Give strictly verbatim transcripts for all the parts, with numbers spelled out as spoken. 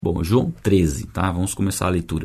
Bom, João treze, tá? Vamos começar a leitura.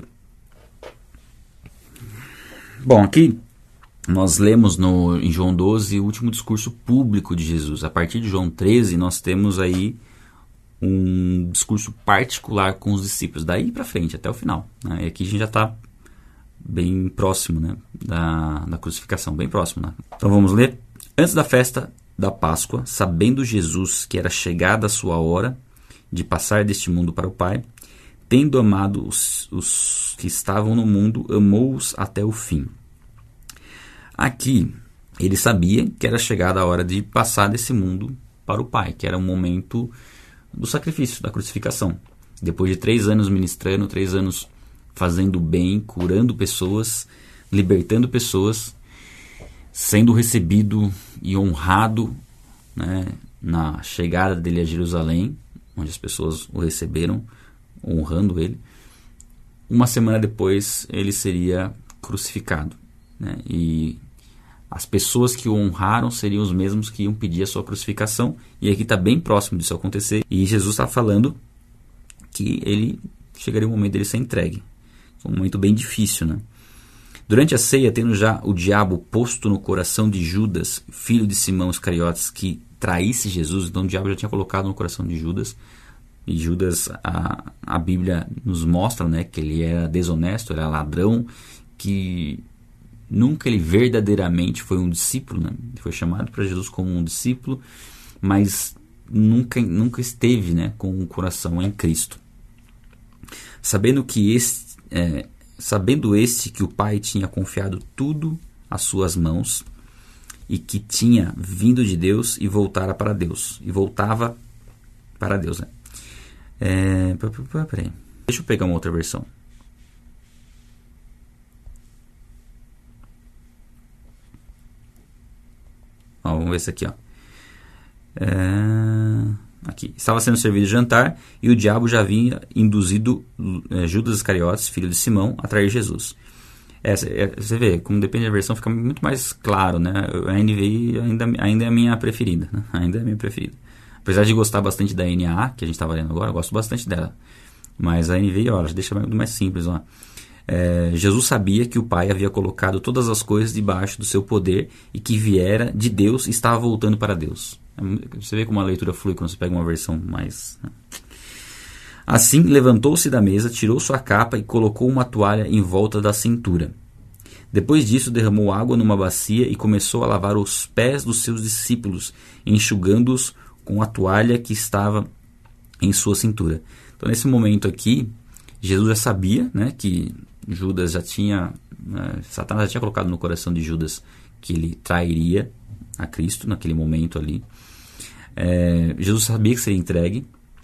Bom, aqui nós lemos no, em João doze o último discurso público de Jesus. A partir de João treze nós temos aí um discurso particular com os discípulos, daí para frente, até o final, né? E aqui a gente já está bem próximo, né, da, da crucificação, bem próximo, né? Então vamos ler. Antes da festa da Páscoa, sabendo Jesus que era chegada a sua hora de passar deste mundo para o Pai, tendo amado os, os que estavam no mundo, amou-os até o fim. Aqui, ele sabia que era chegada a hora de passar desse mundo para o Pai, que era um momento do sacrifício, da crucificação. Depois de três anos ministrando, três anos fazendo bem, curando pessoas, libertando pessoas, sendo recebido e honrado, né, na chegada dele a Jerusalém, onde as pessoas o receberam, honrando ele. Uma semana depois ele seria crucificado, né? E as pessoas que o honraram seriam os mesmos que iam pedir a sua crucificação, e aqui está bem próximo disso acontecer, e Jesus está falando que ele chegaria o momento dele ser entregue. Foi um momento bem difícil, né? Durante a ceia, tendo já o diabo posto no coração de Judas, filho de Simão Iscariotes, que traísse Jesus, então o diabo já tinha colocado no coração de Judas, e Judas, a, a Bíblia nos mostra, né, que ele era desonesto, era ladrão, que nunca ele verdadeiramente foi um discípulo, né? Ele foi chamado para Jesus como um discípulo, mas nunca, nunca esteve, né, com o coração em Cristo. Sabendo que este, é, sabendo este que o Pai tinha confiado tudo às suas mãos e que tinha vindo de Deus e voltara para Deus, e voltava para Deus, né? É, peraí. Deixa eu pegar uma outra versão. Ó, vamos ver esse aqui, ó. É, aqui. Estava sendo servido de jantar e o diabo já havia induzido é, Judas Iscariotes, filho de Simão, a trair Jesus. Essa, é, você vê, como depende da versão, fica muito mais claro, né? A N V I ainda, ainda é a minha preferida, né? Ainda é a minha preferida. Apesar de gostar bastante da N A A, que a gente estava lendo agora, eu gosto bastante dela. Mas a N V I, olha, deixa muito mais simples. Ó. É, Jesus sabia que o Pai havia colocado todas as coisas debaixo do seu poder e que viera de Deus e estava voltando para Deus. Você vê como a leitura flui quando você pega uma versão mais... Né? Assim, levantou-se da mesa, tirou sua capa e colocou uma toalha em volta da cintura. Depois disso, derramou água numa bacia e começou a lavar os pés dos seus discípulos, enxugando-os com a toalha que estava em sua cintura. Então, nesse momento aqui, Jesus já sabia, né, que Judas já tinha, né, Satanás já tinha colocado no coração de Judas que ele trairia a Cristo naquele momento ali. É, Jesus sabia que seria entregue,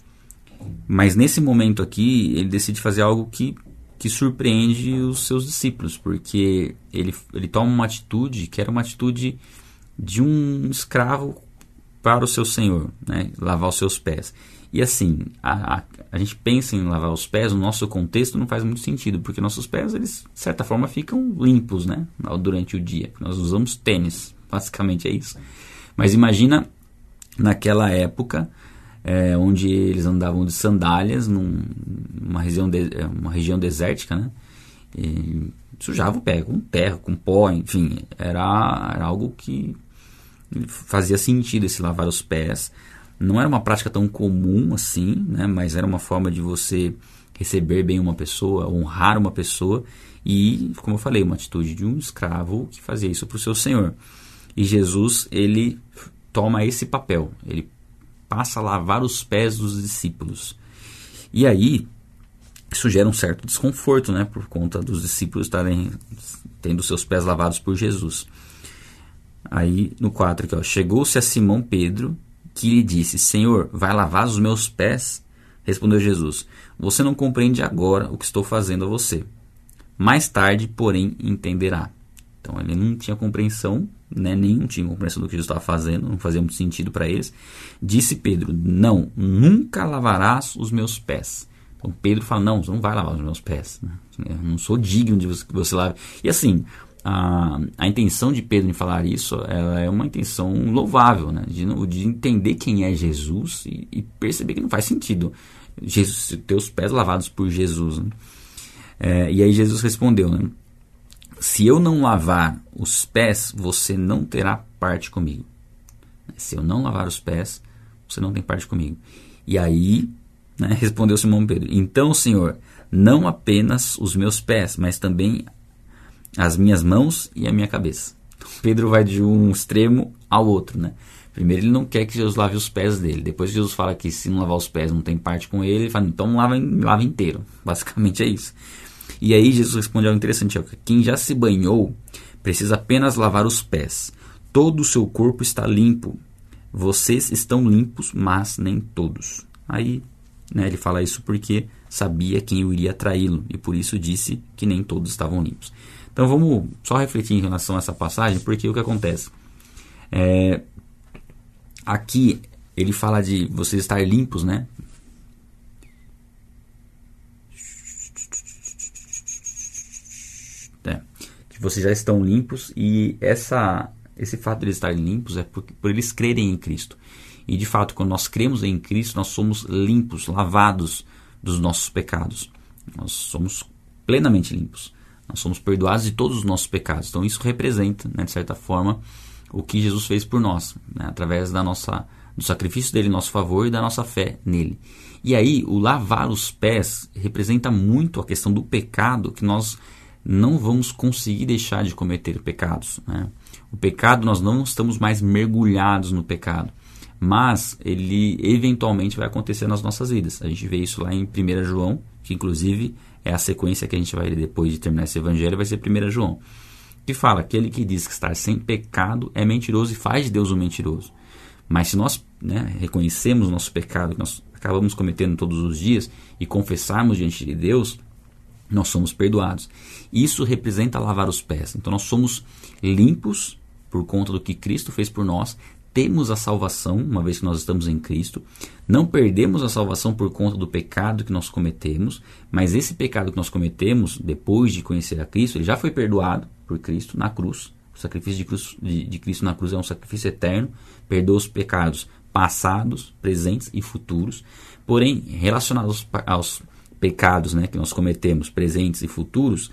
mas nesse momento aqui, ele decide fazer algo que, que surpreende os seus discípulos, porque ele, ele toma uma atitude que era uma atitude de um escravo para o seu senhor, né? Lavar os seus pés. E assim, a, a, a gente pensa em lavar os pés, no nosso contexto não faz muito sentido, porque nossos pés, eles, de certa forma, ficam limpos, né? Durante o dia. Nós usamos tênis, basicamente é isso. Mas imagina naquela época, é, onde eles andavam de sandálias, num, numa região, de, uma região desértica, né? E sujava o pé com terra, com pó, enfim, era, era algo que fazia sentido esse lavar os pés. Não era uma prática tão comum assim, né? Mas era uma forma de você receber bem uma pessoa, honrar uma pessoa e, como eu falei, uma atitude de um escravo que fazia isso para o seu senhor. E Jesus, ele toma esse papel, ele passa a lavar os pés dos discípulos. E aí, isso gera um certo desconforto, né? Por conta dos discípulos estarem tendo seus pés lavados por Jesus. Aí no quatro aqui, ó, chegou-se a Simão Pedro, que lhe disse: Senhor, vai lavar os meus pés? Respondeu Jesus: você não compreende agora o que estou fazendo a você. Mais tarde, porém, entenderá. Então ele não tinha compreensão, né? Nenhum tinha compreensão do que Jesus estava fazendo, não fazia muito sentido para eles. Disse Pedro: não, nunca lavarás os meus pés. Então Pedro fala: não, você não vai lavar os meus pés, né? Eu não sou digno de você, que você lave. E assim, A, a intenção de Pedro em falar isso, ela é uma intenção louvável, né? de, de entender quem é Jesus e, e perceber que não faz sentido Jesus, teus pés lavados por Jesus. Né? É, e aí Jesus respondeu, né? Se eu não lavar os pés, você não terá parte comigo. Se eu não lavar os pés, você não tem parte comigo. E aí, né, respondeu Simão Pedro, então, Senhor, não apenas os meus pés, mas também as minhas mãos e a minha cabeça. Então, Pedro vai de um extremo ao outro, né? Primeiro ele não quer que Jesus lave os pés dele. Depois Jesus fala que se não lavar os pés não tem parte com ele, ele fala, então lava, lava inteiro. Basicamente é isso. E aí Jesus responde algo interessante, ó, quem já se banhou precisa apenas lavar os pés. Todo o seu corpo está limpo. Vocês estão limpos, mas nem todos. Aí, né, ele fala isso porque sabia quem iria traí-lo e por isso disse que nem todos estavam limpos. Então vamos só refletir em relação a essa passagem, porque o que acontece? É, aqui ele fala de vocês estar limpos, né? É, que vocês já estão limpos e essa, esse fato de eles estarem limpos é por, por eles crerem em Cristo. E de fato, quando nós cremos em Cristo, nós somos limpos, lavados dos nossos pecados. Nós somos plenamente limpos. Nós somos perdoados de todos os nossos pecados. Então isso representa, né, de certa forma, o que Jesus fez por nós, né, através da nossa, do sacrifício dele em nosso favor e da nossa fé nele. E aí, o lavar os pés representa muito a questão do pecado, que nós não vamos conseguir deixar de cometer pecados. Né? O pecado, nós não estamos mais mergulhados no pecado, mas ele eventualmente vai acontecer nas nossas vidas. A gente vê isso lá em primeiro João, que inclusive é a sequência que a gente vai ler depois de terminar esse evangelho, vai ser primeiro João, que fala, aquele que diz que estar sem pecado é mentiroso e faz de Deus um mentiroso. Mas se nós, né, reconhecemos o nosso pecado, que nós acabamos cometendo todos os dias, e confessarmos diante de Deus, nós somos perdoados. Isso representa lavar os pés. Então nós somos limpos por conta do que Cristo fez por nós, temos a salvação, uma vez que nós estamos em Cristo, não perdemos a salvação por conta do pecado que nós cometemos, mas esse pecado que nós cometemos, depois de conhecer a Cristo, ele já foi perdoado por Cristo na cruz. O sacrifício de, cruz, de, de Cristo na cruz é um sacrifício eterno, perdoa os pecados passados, presentes e futuros, porém, relacionados aos, aos pecados, né, que nós cometemos, presentes e futuros,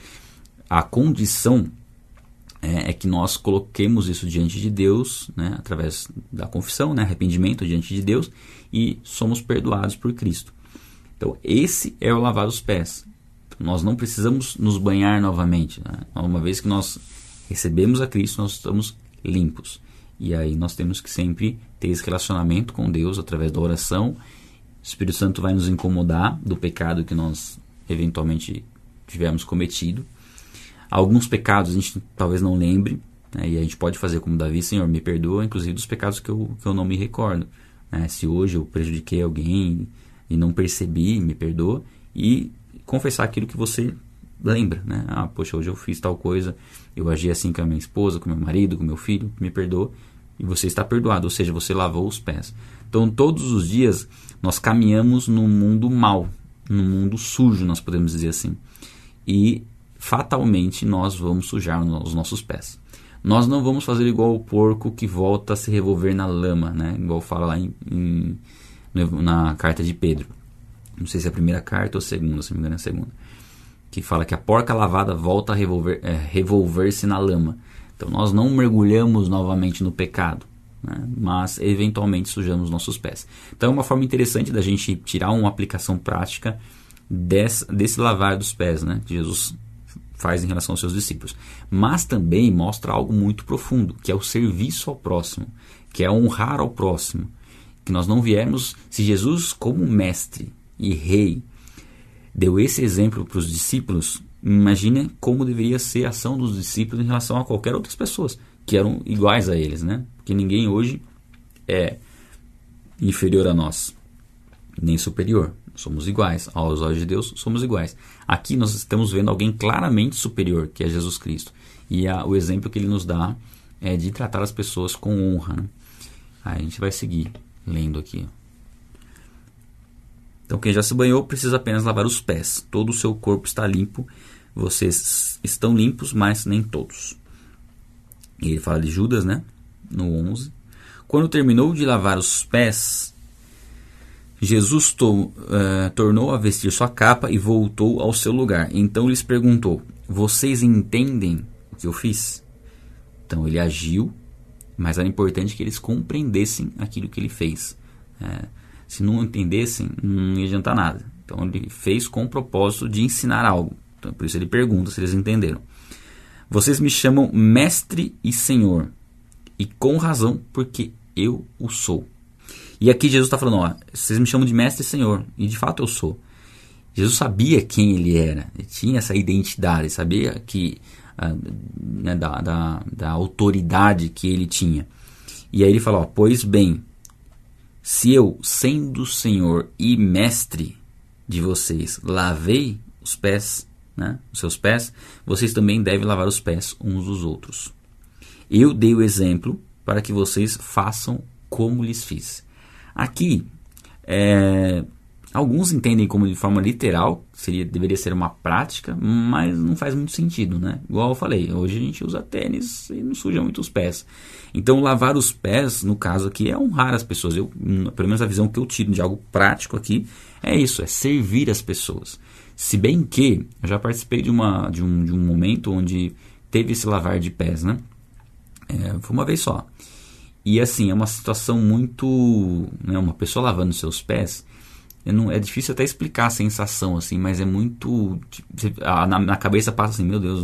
a condição é, é que nós coloquemos isso diante de Deus, né, através da confissão, né, arrependimento diante de Deus, e somos perdoados por Cristo. Então, esse é o lavar os pés. Então, nós não precisamos nos banhar novamente. Né? Uma vez que nós recebemos a Cristo, nós estamos limpos. E aí nós temos que sempre ter esse relacionamento com Deus através da oração. O Espírito Santo vai nos incomodar do pecado que nós eventualmente tivermos cometido. Alguns pecados a gente talvez não lembre, né? E a gente pode fazer como Davi, Senhor, me perdoa, inclusive dos pecados que eu, que eu não me recordo. Né? Se hoje eu prejudiquei alguém e não percebi, me perdoa. E confessar aquilo que você lembra. Né? Ah, poxa, hoje eu fiz tal coisa, eu agi assim com a minha esposa, com meu marido, com meu filho, me perdoa. E você está perdoado, ou seja, você lavou os pés. Então, todos os dias, nós caminhamos num mundo mau, num mundo sujo, nós podemos dizer assim. E, fatalmente, nós vamos sujar os nossos pés. Nós não vamos fazer igual o porco que volta a se revolver na lama, né? Igual fala lá em, em, na carta de Pedro. Não sei se é a primeira carta ou a segunda, se não me engano é a segunda. Que fala que a porca lavada volta a revolver, é, revolver-se na lama. Então, nós não mergulhamos novamente no pecado, né? Mas eventualmente sujamos nossos pés. Então, é uma forma interessante da gente tirar uma aplicação prática desse, desse lavar dos pés, né, que Jesus faz em relação aos seus discípulos. Mas também mostra algo muito profundo, que é o serviço ao próximo, que é honrar ao próximo. Que nós não viemos, se Jesus como mestre e rei deu esse exemplo para os discípulos, imagine como deveria ser a ação dos discípulos em relação a qualquer outras pessoas que eram iguais a eles, né? Porque ninguém hoje é inferior a nós, nem superior. Somos iguais. Aos olhos de Deus, somos iguais. Aqui nós estamos vendo alguém claramente superior, que é Jesus Cristo. E a, o exemplo que ele nos dá é de tratar as pessoas com honra. Né? Aí a gente vai seguir lendo aqui. Então, quem já se banhou precisa apenas lavar os pés. Todo o seu corpo está limpo. Vocês estão limpos, mas nem todos. E ele fala de Judas, né? No onze. Quando terminou de lavar os pés, Jesus to, uh, tornou a vestir sua capa e voltou ao seu lugar. Então lhes perguntou: vocês entendem o que eu fiz? Então ele agiu, mas era importante que eles compreendessem aquilo que ele fez. É, se não entendessem, não ia adiantar nada. Então ele fez com o propósito de ensinar algo. Então, por isso ele pergunta se eles entenderam. Vocês me chamam mestre e senhor, e com razão, porque eu o sou. E aqui Jesus está falando, ó, vocês me chamam de mestre e senhor, e de fato eu sou. Jesus sabia quem ele era, ele tinha essa identidade, sabia que, ah, né, da, da, da autoridade que ele tinha. E aí ele fala, ó, pois bem, se eu, sendo senhor e mestre de vocês, lavei os pés, né, os seus pés, vocês também devem lavar os pés uns dos outros. Eu dei o exemplo para que vocês façam como lhes fiz. Aqui, é, alguns entendem como de forma literal, seria, deveria ser uma prática, mas não faz muito sentido, né? Igual eu falei, hoje a gente usa tênis e não suja muito os pés. Então, lavar os pés, no caso aqui, é honrar as pessoas. Eu, pelo menos a visão que eu tiro de algo prático aqui, é isso, é servir as pessoas. Se bem que eu já participei de, uma, de, um, de um momento onde teve esse lavar de pés, né? É, foi uma vez só. E assim, é uma situação muito... Né, uma pessoa lavando seus pés, não, é difícil até explicar a sensação, assim, mas é muito... Tipo, na, na cabeça passa assim, meu Deus...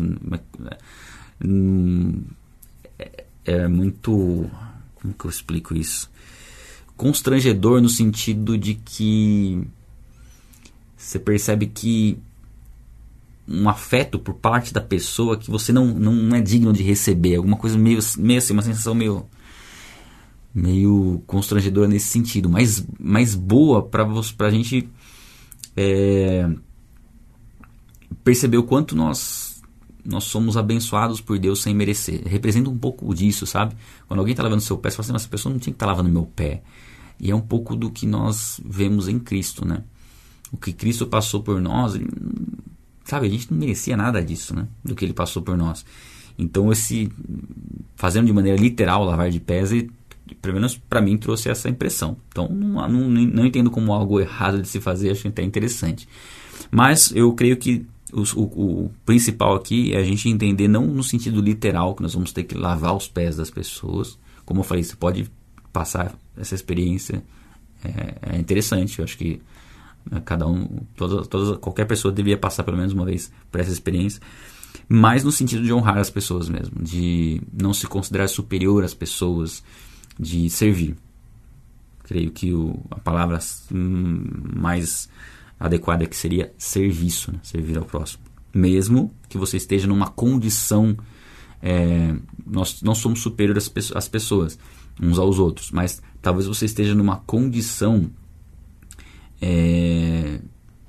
É, é muito... Como que eu explico isso? Constrangedor no sentido de que você percebe que um afeto por parte da pessoa que você não, não é digno de receber. Alguma coisa meio, meio assim, uma sensação meio... meio constrangedora nesse sentido, mas, mas boa para a gente é, perceber o quanto nós, nós somos abençoados por Deus sem merecer. Representa um pouco disso, sabe? Quando alguém está lavando seu pé, você fala assim, mas essa pessoa não tinha que estar tá lavando meu pé. E é um pouco do que nós vemos em Cristo, né? O que Cristo passou por nós, ele, sabe, a gente não merecia nada disso, né? Do que ele passou por nós. Então, esse fazendo de maneira literal o lavar de pés, ele, pelo menos para mim, trouxe essa impressão. Então, não, não, não entendo como algo errado de se fazer, acho até interessante. Mas eu creio que o, o, o principal aqui é a gente entender, não no sentido literal, que nós vamos ter que lavar os pés das pessoas. Como eu falei, você pode passar essa experiência, é, é interessante. Eu acho que cada um, toda, toda, qualquer pessoa devia passar pelo menos uma vez por essa experiência. Mas no sentido de honrar as pessoas mesmo, de não se considerar superior às pessoas, de servir. Creio que o, a palavra hum, mais adequada aqui seria serviço, né? Servir ao próximo. Mesmo que você esteja numa condição, é, nós não somos superiores às, às pessoas, uns aos outros, mas talvez você esteja numa condição é,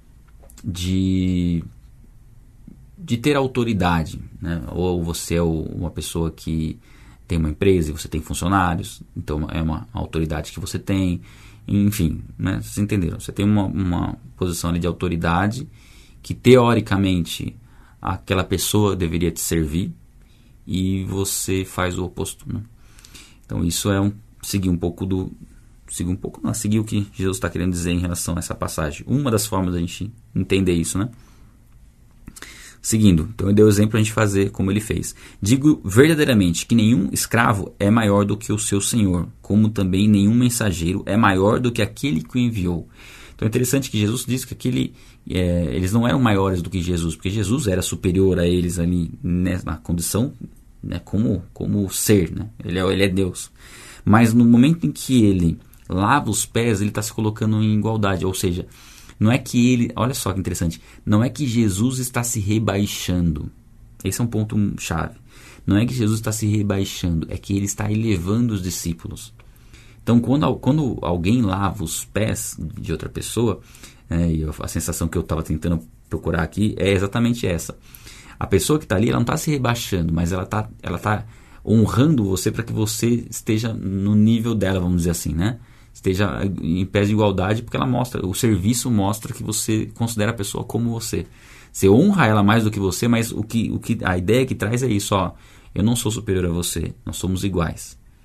de, de ter autoridade, né? Ou você é o, uma pessoa que tem uma empresa e você tem funcionários, então é uma autoridade que você tem, enfim, né? Vocês entenderam? Você tem uma, uma posição ali de autoridade que teoricamente aquela pessoa deveria te servir e você faz o oposto, né? Então isso é um, seguir um pouco do seguir um pouco, não, seguir o que Jesus está querendo dizer em relação a essa passagem. Uma das formas da gente entender isso, né? Seguindo, então eu dei o exemplo para a gente fazer como ele fez. Digo verdadeiramente que nenhum escravo é maior do que o seu senhor, como também nenhum mensageiro é maior do que aquele que o enviou. Então é interessante que Jesus diz que aquele, é, eles não eram maiores do que Jesus, porque Jesus era superior a eles ali, né, na condição, né, como, como ser, né? Ele, é, ele é Deus. Mas no momento em que ele lava os pés, ele está se colocando em igualdade, ou seja, não é que ele, olha só que interessante, não é que Jesus está se rebaixando. Esse é um ponto chave. Não é que Jesus está se rebaixando, é que ele está elevando os discípulos. Então, quando, quando alguém lava os pés de outra pessoa, é, e a sensação que eu estava tentando procurar aqui é exatamente essa. A pessoa que está ali, ela não está se rebaixando, mas ela está ela tá honrando você para que você esteja no nível dela, vamos dizer assim, né? Esteja em pés de igualdade, porque ela mostra, o serviço mostra que você considera a pessoa como você. Você honra ela mais do que você, mas o que, o que, a ideia que traz é isso, ó, eu não sou superior a você, nós somos iguais.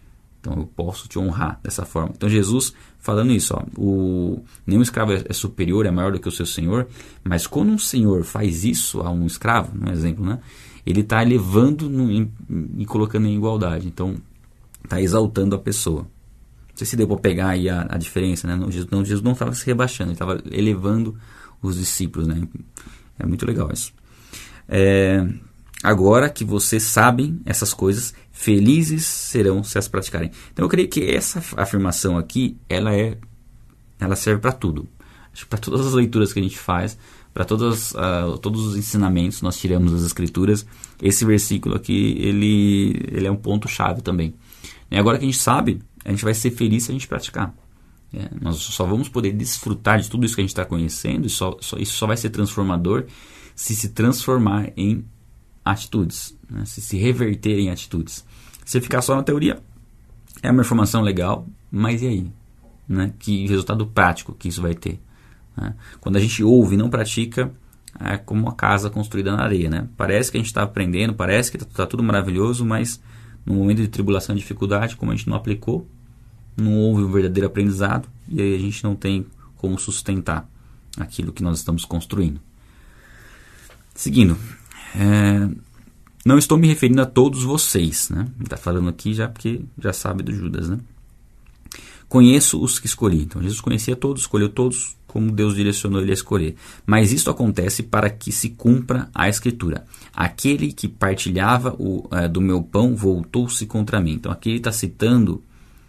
Então eu posso te honrar dessa forma. Então Jesus falando isso, ó, o, nenhum escravo é superior, é maior do que o seu senhor, mas quando um senhor faz isso a um escravo, um exemplo, né, ele está elevando no, em, e colocando em igualdade. Então está exaltando a pessoa. Não sei se deu para pegar aí a, a diferença, né? Não, Jesus, não, Jesus não estava se rebaixando, ele estava elevando os discípulos, né? É muito legal isso. É, agora que vocês sabem essas coisas, felizes serão se as praticarem. Então eu creio que essa afirmação aqui, ela é, ela serve para tudo. Acho que para todas as leituras que a gente faz, para todas, uh, todos os ensinamentos que nós tiramos das Escrituras, esse versículo aqui, ele, ele é um ponto-chave também. E agora que a gente sabe, a gente vai ser feliz se a gente praticar. É, nós só vamos poder desfrutar de tudo isso que a gente está conhecendo, e só, só, isso só vai ser transformador se se transformar em atitudes, né? Se se reverter em atitudes. Se ficar só na teoria, é uma informação legal, mas e aí? Né? Que resultado prático que isso vai ter? Né? Quando a gente ouve e não pratica, é como uma casa construída na areia. Né? Parece que a gente está aprendendo, parece que está tá tudo maravilhoso, mas no momento de tribulação e dificuldade, como a gente não aplicou, não houve um verdadeiro aprendizado, e aí a gente não tem como sustentar aquilo que nós estamos construindo. Seguindo, é, não estou me referindo a todos vocês, né? Está falando aqui já porque já sabe do Judas, né? Conheço os que escolhi. Então Jesus conhecia todos, escolheu todos como Deus direcionou ele a escolher. Mas isto acontece para que se cumpra a Escritura. Aquele que partilhava o, é, do meu pão voltou-se contra mim. Então aqui ele está citando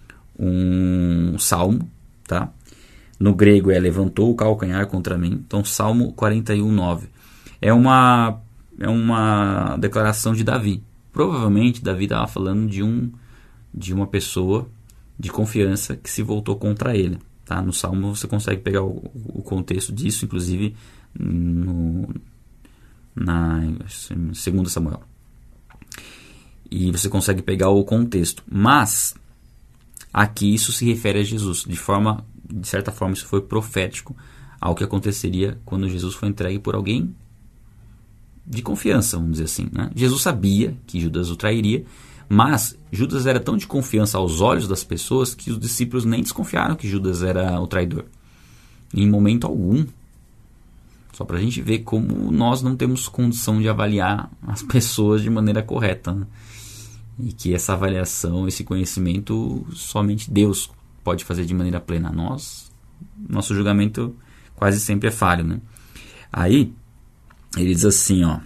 um salmo, tá? No grego é levantou o calcanhar contra mim. Então Salmo quarenta e um, nove. É uma, é uma declaração de Davi. Provavelmente Davi estava falando de, um, de uma pessoa de confiança que se voltou contra ele. Tá? No Salmo você consegue pegar o, o contexto disso, inclusive no, na segundo Samuel. E você consegue pegar o contexto. Mas aqui isso se refere a Jesus. De, forma, de certa forma isso foi profético ao que aconteceria quando Jesus foi entregue por alguém de confiança, vamos dizer assim. Né? Jesus sabia que Judas o trairia, mas Judas era tão de confiança aos olhos das pessoas que os discípulos nem desconfiaram que Judas era o traidor. Em momento algum. Só para a gente ver como nós não temos condição de avaliar as pessoas de maneira correta. Né? E que essa avaliação, esse conhecimento, somente Deus pode fazer de maneira plena. Nós, nosso julgamento quase sempre é falho. Né? Aí, ele diz assim, ó,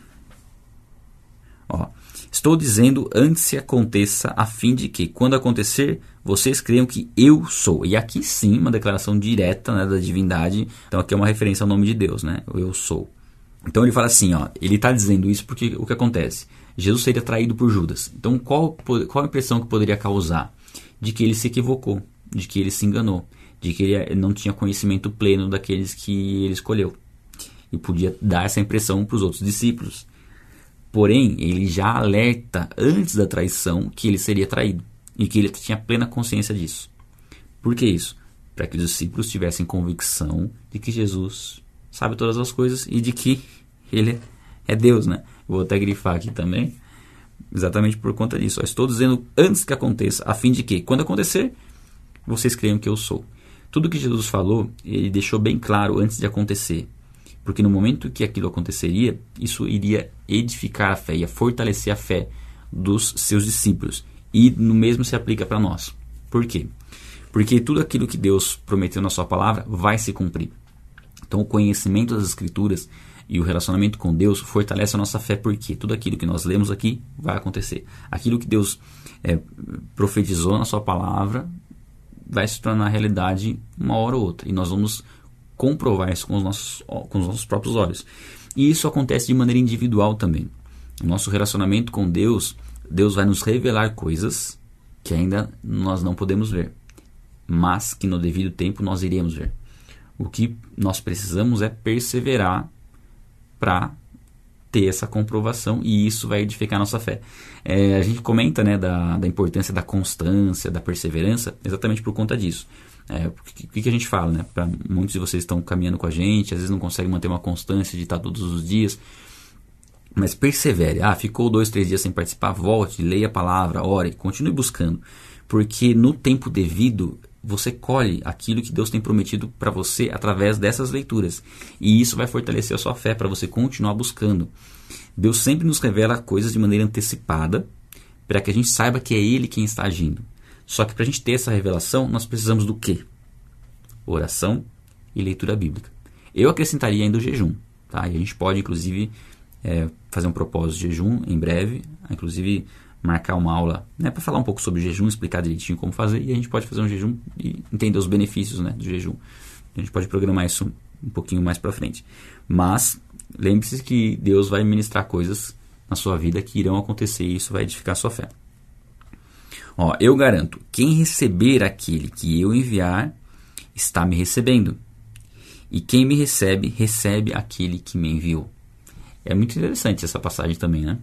ó, estou dizendo antes que aconteça, a fim de que, quando acontecer, vocês creiam que eu sou. E aqui sim, uma declaração direta, né, da divindade. Então aqui é uma referência ao nome de Deus, né? O eu sou. Então ele fala assim, ó, ele está dizendo isso porque o que acontece? Jesus seria traído por Judas. Então qual, qual a impressão que poderia causar? De que ele se equivocou, de que ele se enganou, de que ele não tinha conhecimento pleno daqueles que ele escolheu. E podia dar essa impressão para os outros discípulos. Porém, ele já alerta antes da traição que ele seria traído. E que ele tinha plena consciência disso. Por que isso? Para que os discípulos tivessem convicção de que Jesus sabe todas as coisas e de que ele é Deus, né? Vou até grifar aqui também, exatamente por conta disso. Eu estou dizendo antes que aconteça, a fim de que, quando acontecer, vocês creiam que eu sou. Tudo que Jesus falou, ele deixou bem claro antes de acontecer. Porque no momento que aquilo aconteceria, isso iria edificar a fé, ia fortalecer a fé dos seus discípulos. E no mesmo se aplica para nós. Por quê? Porque tudo aquilo que Deus prometeu na sua palavra vai se cumprir. Então o conhecimento das Escrituras e o relacionamento com Deus fortalece a nossa fé, porque tudo aquilo que nós lemos aqui vai acontecer. Aquilo que Deus é, profetizou na sua palavra vai se tornar realidade uma hora ou outra. E nós vamos comprovar isso com os nossos, com os nossos próprios olhos. E isso acontece de maneira individual também. O nosso relacionamento com Deus, Deus vai nos revelar coisas que ainda nós não podemos ver, mas que no devido tempo nós iremos ver. O que nós precisamos é perseverar para ter essa comprovação, e isso vai edificar a nossa fé. É, a gente comenta, né, da, da importância da constância, da perseverança, exatamente por conta disso. É, o que, que a gente fala, né? Pra muitos de vocês estão caminhando com a gente, às vezes não conseguem manter uma constância de estar todos os dias, mas persevere. Ah, ficou dois, três dias sem participar, volte, leia a palavra, ore, continue buscando, Porque no tempo devido, você colhe aquilo que Deus tem prometido para você através dessas leituras. E isso vai fortalecer a sua fé para você continuar buscando. Deus sempre nos revela coisas de maneira antecipada, para que a gente saiba que é Ele quem está agindo. Só que para a gente ter essa revelação, nós precisamos do quê? Oração e leitura bíblica. Eu acrescentaria ainda o jejum. Tá? E a gente pode, inclusive, é, fazer um propósito de jejum em breve, inclusive marcar uma aula, né, para falar um pouco sobre o jejum, explicar direitinho como fazer, e a gente pode fazer um jejum e entender os benefícios, né, do jejum. A gente pode programar isso um pouquinho mais para frente. Mas lembre-se que Deus vai ministrar coisas na sua vida que irão acontecer e isso vai edificar a sua fé. Ó, eu garanto, quem receber aquele que eu enviar, está me recebendo. E quem me recebe, recebe aquele que me enviou. É muito interessante essa passagem também, né?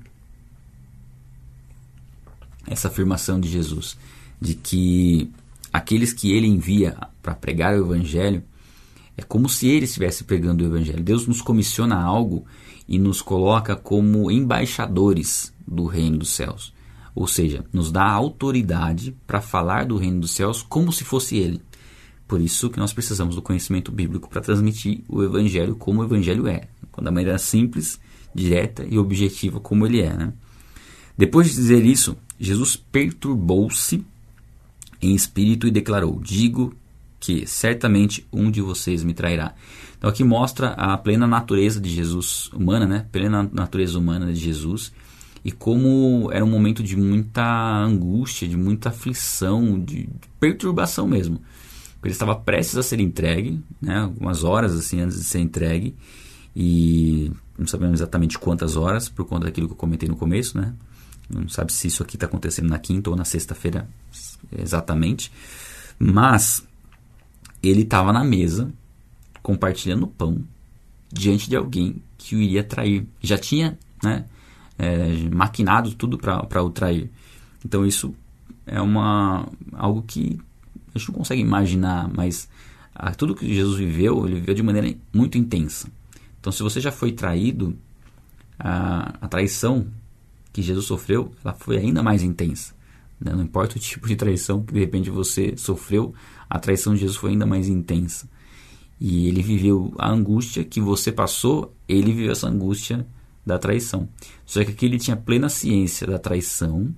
Essa afirmação de Jesus, de que aqueles que ele envia para pregar o Evangelho, é como se ele estivesse pregando o Evangelho. Deus nos comissiona algo e nos coloca como embaixadores do reino dos céus. Ou seja, nos dá autoridade para falar do reino dos céus como se fosse ele. Por isso que nós precisamos do conhecimento bíblico para transmitir o Evangelho como o Evangelho é. Da maneira simples, direta e objetiva como ele é, né? Depois de dizer isso, Jesus perturbou-se em espírito e declarou: digo que certamente um de vocês me trairá. Então aqui mostra a plena natureza de Jesus humana, né? Plena natureza humana de Jesus, e como era um momento de muita angústia, de muita aflição, de perturbação mesmo. Ele estava prestes a ser entregue, né? Algumas horas assim antes de ser entregue, e não sabemos exatamente quantas horas, por conta daquilo que eu comentei no começo, né? Não sabe se isso aqui está acontecendo na quinta ou na sexta-feira exatamente, mas ele estava na mesa, compartilhando pão, diante de alguém que o iria trair. Já tinha, né, é, maquinado tudo para o trair. Então isso é uma, algo que a gente não consegue imaginar, mas ah, tudo que Jesus viveu, ele viveu de maneira muito intensa. Então se você já foi traído, a, a traição que Jesus sofreu, ela foi ainda mais intensa, né? Não importa o tipo de traição que de repente você sofreu, a traição de Jesus foi ainda mais intensa. E ele viveu a angústia que você passou, ele viveu essa angústia da traição. Só que aqui ele tinha plena ciência da traição,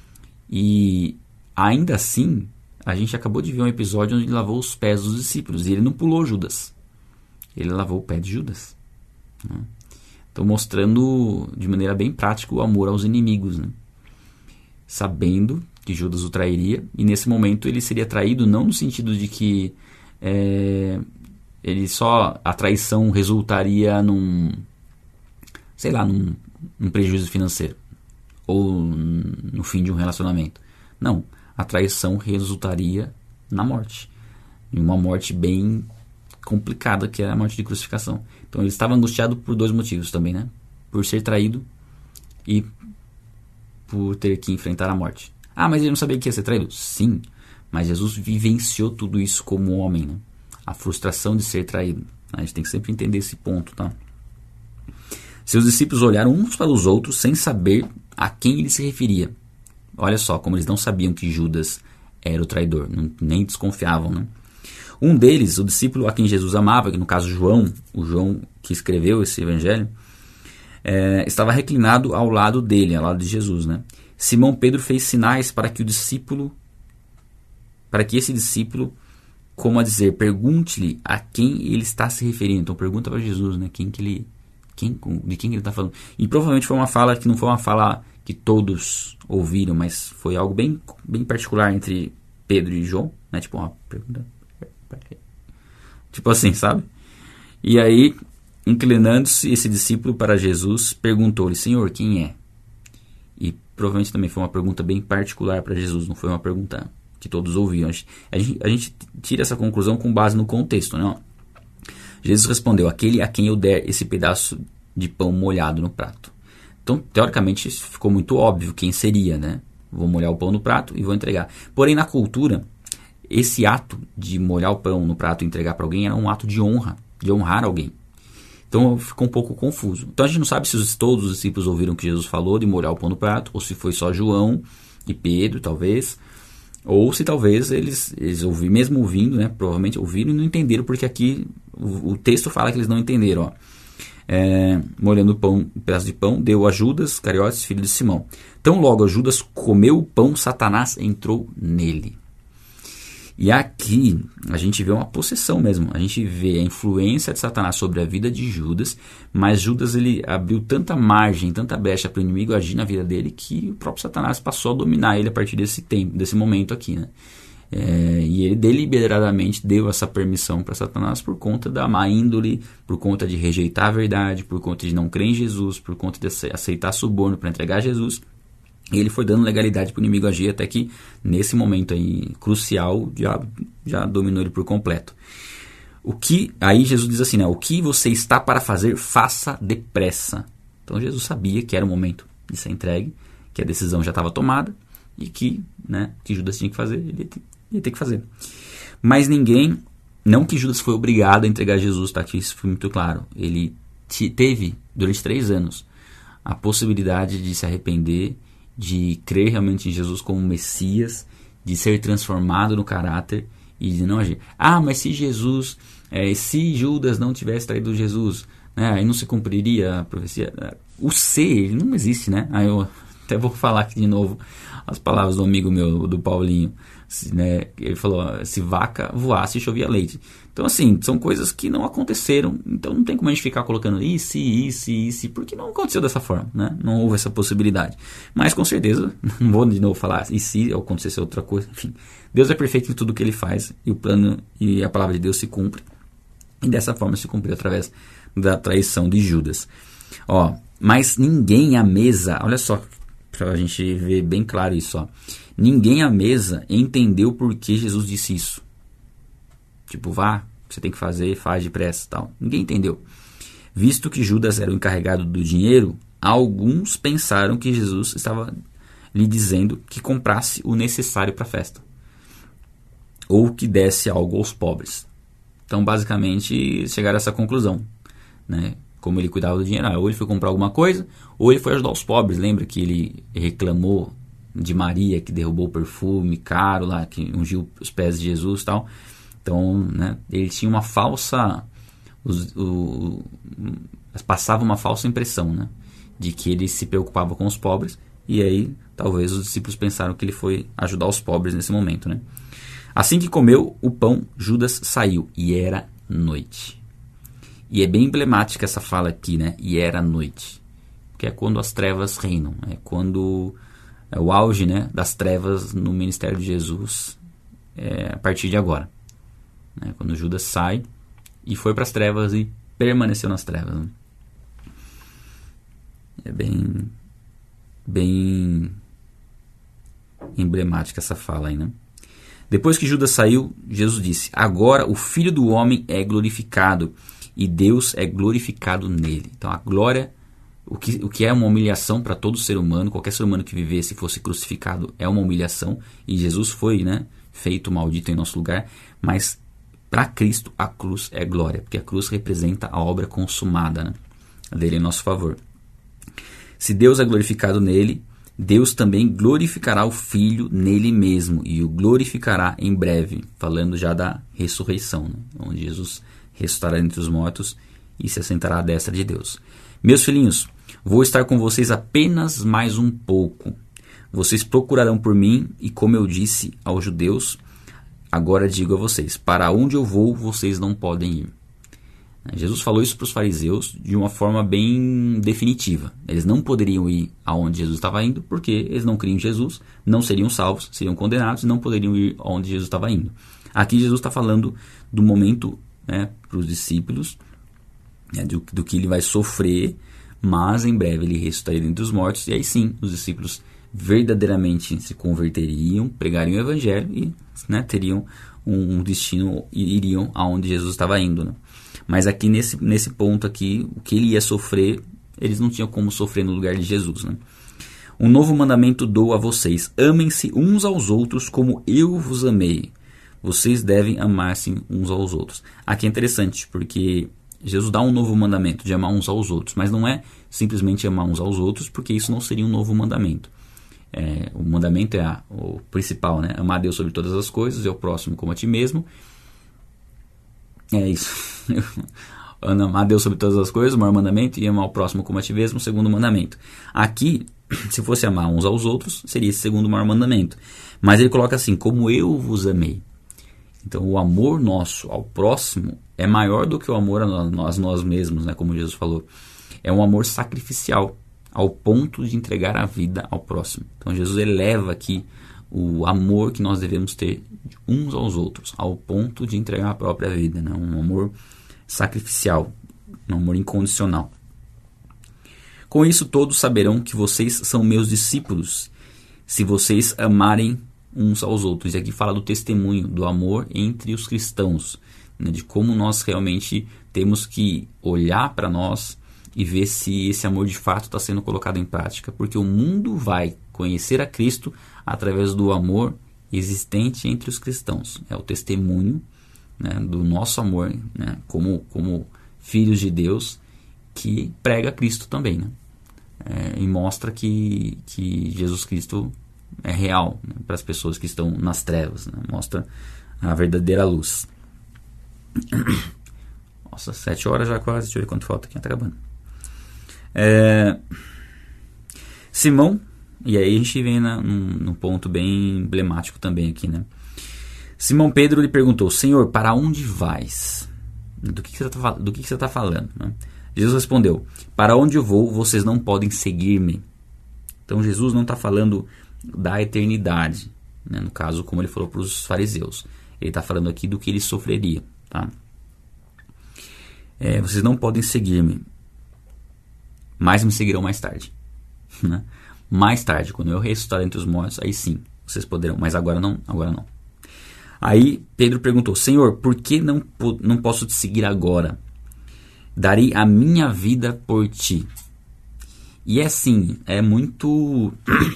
e ainda assim, a gente acabou de ver um episódio onde ele lavou os pés dos discípulos, e ele não pulou Judas, ele lavou o pé de Judas, né? Então mostrando de maneira bem prática o amor aos inimigos, né? Sabendo que Judas o trairia, e nesse momento ele seria traído não no sentido de que é, ele só, a traição resultaria num, sei lá, num, num prejuízo financeiro ou no fim de um relacionamento. Não, a traição resultaria na morte, em uma morte bem complicada, que é a morte de crucificação. Então ele estava angustiado por dois motivos também, né? Por ser traído e por ter que enfrentar a morte. Ah, mas ele não sabia que ia ser traído? Sim, mas Jesus vivenciou tudo isso como homem, né? A frustração de ser traído. A gente tem que sempre entender esse ponto, tá? Seus discípulos olharam uns para os outros sem saber a quem ele se referia. Olha só, como eles não sabiam que Judas era o traidor, não, nem desconfiavam, né? Um deles, o discípulo a quem Jesus amava, que no caso João, o João que escreveu esse evangelho, é, estava reclinado ao lado dele, ao lado de Jesus, né? Simão Pedro fez sinais para que o discípulo, para que esse discípulo, como a dizer, pergunte-lhe a quem ele está se referindo. Então pergunta para Jesus, né? Quem que ele, quem, de quem ele está falando. E provavelmente foi uma fala que não foi uma fala que todos ouviram, mas foi algo bem, bem particular entre Pedro e João, né? Tipo uma pergunta, tipo assim, sabe? E aí, inclinando-se esse discípulo para Jesus, perguntou-lhe: Senhor, quem é? E provavelmente também foi uma pergunta bem particular para Jesus, não foi uma pergunta que todos ouviam. A gente, a gente, a gente tira essa conclusão com base no contexto, né? Jesus respondeu: aquele a quem eu der esse pedaço de pão molhado no prato. Então, teoricamente, ficou muito óbvio quem seria, né? Vou molhar o pão no prato e vou entregar. Porém, na cultura, esse ato de molhar o pão no prato e entregar para alguém era um ato de honra, de honrar alguém. Então ficou um pouco confuso. Então a gente não sabe se os, todos os discípulos ouviram o que Jesus falou de molhar o pão no prato, ou se foi só João e Pedro, talvez. Ou se talvez eles, eles ouviram, mesmo ouvindo, né, provavelmente ouviram e não entenderam, porque aqui o, o texto fala que eles não entenderam. Ó. É, molhando o pão, um pedaço de pão, deu a Judas Iscariotes, filho de Simão. Tão logo Judas comeu o pão, Satanás entrou nele. E aqui a gente vê uma possessão mesmo, a gente vê a influência de Satanás sobre a vida de Judas, mas Judas ele abriu tanta margem, tanta brecha para o inimigo agir na vida dele, que o próprio Satanás passou a dominar ele a partir desse tempo, desse momento aqui, né? É, e ele deliberadamente deu essa permissão para Satanás por conta da má índole, por conta de rejeitar a verdade, por conta de não crer em Jesus, por conta de aceitar suborno para entregar Jesus. E ele foi dando legalidade para o inimigo agir, até que nesse momento aí crucial já, já dominou ele por completo. O que, aí Jesus diz assim, né, o que você está para fazer, faça depressa. Então Jesus sabia que era o momento de ser entregue, que a decisão já estava tomada e que, né, que Judas tinha que fazer, ele ia ter, ia ter que fazer. Mas ninguém, não que Judas foi obrigado a entregar Jesus, tá? Que isso foi muito claro. Ele te, teve, durante três anos, a possibilidade de se arrepender, de crer realmente em Jesus como Messias, de ser transformado no caráter e de não agir. Ah, mas se Jesus, é, se Judas não tivesse traído Jesus, né, aí não se cumpriria a profecia. O ser não existe, né? Aí eu até vou falar aqui de novo as palavras do amigo meu, do Paulinho, né? Ele falou, se vaca voasse, chovia leite. Então assim, são coisas que não aconteceram, então não tem como a gente ficar colocando isso, isso, isso, porque não aconteceu dessa forma, né? Não houve essa possibilidade. Mas com certeza, não vou de novo falar e se acontecesse outra coisa, enfim. Deus é perfeito em tudo que ele faz, e o plano e a palavra de Deus se cumpre, e dessa forma se cumpriu através da traição de Judas. Ó, mas ninguém à mesa, olha só, para a gente ver bem claro isso, ó. Ninguém à mesa entendeu por que Jesus disse isso. Tipo, vá, você tem que fazer, faz depressa e tal. Ninguém entendeu. Visto que Judas era o encarregado do dinheiro, alguns pensaram que Jesus estava lhe dizendo que comprasse o necessário para a festa. Ou que desse algo aos pobres. Então, basicamente, chegaram a essa conclusão, né? Como ele cuidava do dinheiro, ou ele foi comprar alguma coisa, ou ele foi ajudar os pobres. Lembra que ele reclamou de Maria, que derrubou o perfume caro lá, que ungiu os pés de Jesus e tal. Então, né, ele tinha uma falsa, os, o, passava uma falsa impressão, né, de que ele se preocupava com os pobres, e aí talvez os discípulos pensaram que ele foi ajudar os pobres nesse momento, né. Assim que comeu o pão, Judas saiu, e era noite. E é bem emblemática essa fala aqui, né, e era noite, que é quando as trevas reinam, é quando é o auge, né, das trevas no ministério de Jesus, é, a partir de agora. Né, quando Judas sai e foi para as trevas e permaneceu nas trevas. Né? É bem, bem emblemática essa fala aí, né? Depois que Judas saiu, Jesus disse, agora o Filho do Homem é glorificado e Deus é glorificado nele. Então a glória, o que, o que é uma humilhação para todo ser humano, qualquer ser humano que vivesse e fosse crucificado é uma humilhação, e Jesus foi, né, feito maldito em nosso lugar, mas para Cristo a cruz é glória, porque a cruz representa a obra consumada, né, dele em nosso favor. Se Deus é glorificado nele, Deus também glorificará o Filho nele mesmo e o glorificará em breve, falando já da ressurreição, né, onde Jesus ressuscitará entre os mortos e se assentará à destra de Deus. Meus filhinhos, vou estar com vocês apenas mais um pouco. Vocês procurarão por mim e, como eu disse aos judeus, agora digo a vocês, para onde eu vou, vocês não podem ir. Jesus falou isso para os fariseus de uma forma bem definitiva. Eles não poderiam ir aonde Jesus estava indo, porque eles não criam em Jesus, não seriam salvos, seriam condenados e não poderiam ir aonde Jesus estava indo. Aqui Jesus está falando do momento, né, para os discípulos, né, do, do que ele vai sofrer, mas em breve ele ressuscitaria dentre os mortos, e aí sim os discípulos verdadeiramente se converteriam, pregariam o evangelho e, né, teriam um, um destino e iriam aonde Jesus estava indo, né? Mas aqui nesse, nesse ponto aqui, o que ele ia sofrer, eles não tinham como sofrer no lugar de Jesus, né? Um novo mandamento dou a vocês, amem-se uns aos outros como eu vos amei. Vocês devem amar-se uns aos outros. Aqui é interessante, porque Jesus dá um novo mandamento de amar uns aos outros, mas não é simplesmente amar uns aos outros, porque isso não seria um novo mandamento. É, o mandamento é a, o principal, né? Amar a Deus sobre todas as coisas e o próximo como a ti mesmo. É isso. Amar a Deus sobre todas as coisas, o maior mandamento, e amar o próximo como a ti mesmo, o segundo mandamento. Aqui, se fosse amar uns aos outros, seria esse segundo maior mandamento. Mas ele coloca assim, como eu vos amei. Então, o amor nosso ao próximo é maior do que o amor a nós, nós mesmos, né? Como Jesus falou. É um amor sacrificial, ao ponto de entregar a vida ao próximo. Então Jesus eleva aqui o amor que nós devemos ter uns aos outros, ao ponto de entregar a própria vida, né? Um amor sacrificial, um amor incondicional. Com isso todos saberão que vocês são meus discípulos, se vocês amarem uns aos outros. E aqui fala do testemunho, do amor entre os cristãos, né? De como nós realmente temos que olhar para nós e ver se esse amor de fato está sendo colocado em prática, porque o mundo vai conhecer a Cristo através do amor existente entre os cristãos. É o testemunho, né, do nosso amor, né, como, como filhos de Deus, que prega Cristo também, né, é, e mostra que, que Jesus Cristo é real, né, para as pessoas que estão nas trevas, né, mostra a verdadeira luz. Nossa, sete horas já quase, deixa eu ver quanto falta aqui, está acabando. É, Simão, e aí a gente vem na, num, num ponto bem emblemático também aqui, né? Simão Pedro lhe perguntou, Senhor, para onde vais? Do que, que você está do que que você está falando? Né? Jesus respondeu, para onde eu vou, vocês não podem seguir-me. Então Jesus não está falando da eternidade, né? No caso, como ele falou para os fariseus. Ele está falando aqui do que ele sofreria, tá? É, vocês não podem seguir-me, mas me seguirão mais tarde, né? Mais tarde, quando eu ressuscitar entre os mortos, aí sim, vocês poderão, mas agora não, agora não. Aí Pedro perguntou, Senhor, por que não, não posso te seguir agora? Darei a minha vida por ti. E é assim, é muito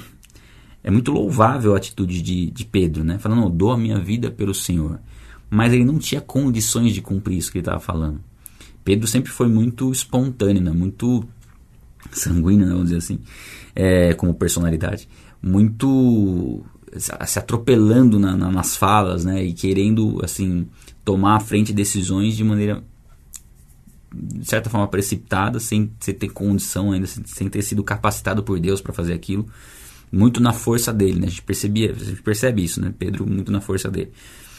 é muito louvável a atitude de, de Pedro, né? Falando, não, dou a minha vida pelo Senhor. Mas ele não tinha condições de cumprir isso que ele estava falando. Pedro sempre foi muito espontâneo, né? Muito sanguíneo, né? Vamos dizer assim, é, como personalidade, muito se atropelando na, na, nas falas, né? E querendo, assim, tomar à frente decisões de maneira, de certa forma, precipitada, sem, sem ter condição ainda, sem, sem ter sido capacitado por Deus para fazer aquilo, muito na força dele, né? A gente, percebia, a gente percebe isso, né? Pedro muito na força dele.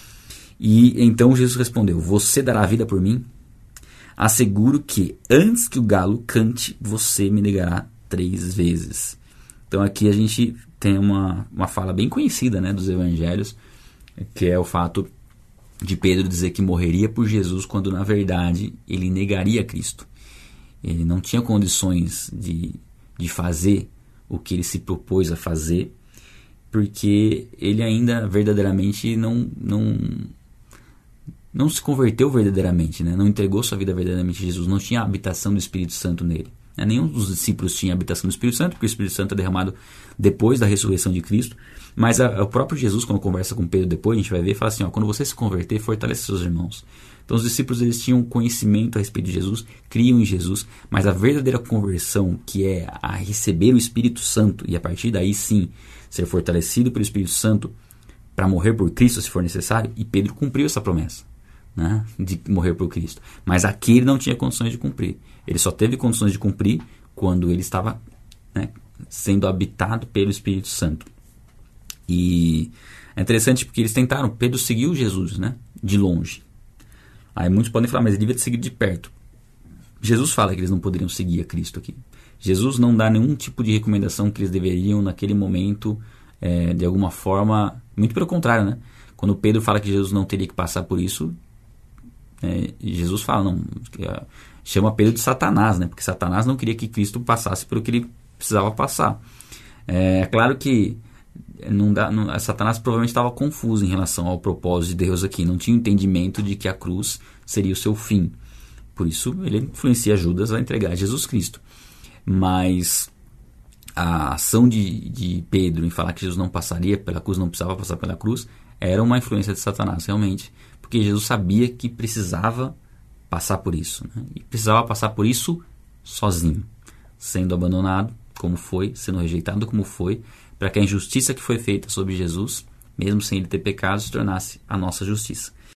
E então Jesus respondeu, você dará a vida por mim? Asseguro que antes que o galo cante, você me negará três vezes. Então aqui a gente tem uma, uma fala bem conhecida, né, dos evangelhos, que é o fato de Pedro dizer que morreria por Jesus, quando na verdade ele negaria Cristo. Ele não tinha condições de, de fazer o que ele se propôs a fazer, porque ele ainda verdadeiramente não... não não se converteu verdadeiramente, né? Não entregou sua vida verdadeiramente a Jesus, não tinha a habitação do Espírito Santo nele. Né? Nenhum dos discípulos tinha a habitação do Espírito Santo, porque o Espírito Santo é derramado depois da ressurreição de Cristo, mas a, a, o próprio Jesus, quando conversa com Pedro depois, a gente vai ver, fala assim, ó, quando você se converter, fortalece seus irmãos. Então os discípulos, eles tinham conhecimento a respeito de Jesus, criam em Jesus, mas a verdadeira conversão, que é a receber o Espírito Santo, e a partir daí sim, ser fortalecido pelo Espírito Santo, para morrer por Cristo, se for necessário, e Pedro cumpriu essa promessa, né, de morrer por Cristo. Mas aqui ele não tinha condições de cumprir. Ele só teve condições de cumprir quando ele estava, né, sendo habitado pelo Espírito Santo. E é interessante porque eles tentaram, Pedro seguiu Jesus, né, de longe. Aí muitos podem falar, mas ele devia ter seguido de perto. Jesus fala que eles não poderiam seguir a Cristo aqui. Jesus não dá nenhum tipo de recomendação que eles deveriam naquele momento, é, de alguma forma, muito pelo contrário, né? Quando Pedro fala que Jesus não teria que passar por isso, É, Jesus fala, não, chama Pedro de Satanás, né? Porque Satanás não queria que Cristo passasse pelo que ele precisava passar. É, é claro que não dá, não, Satanás provavelmente estava confuso em relação ao propósito de Deus aqui, não tinha entendimento de que a cruz seria o seu fim. Por isso ele influencia Judas a entregar Jesus Cristo. Mas a ação de, de Pedro em falar que Jesus não passaria pela cruz, não precisava passar pela cruz, era uma influência de Satanás, realmente. Porque Jesus sabia que precisava passar por isso, né? E precisava passar por isso sozinho, sendo abandonado como foi, sendo rejeitado como foi, para que a injustiça que foi feita sobre Jesus, mesmo sem ele ter pecado, se tornasse a nossa justiça.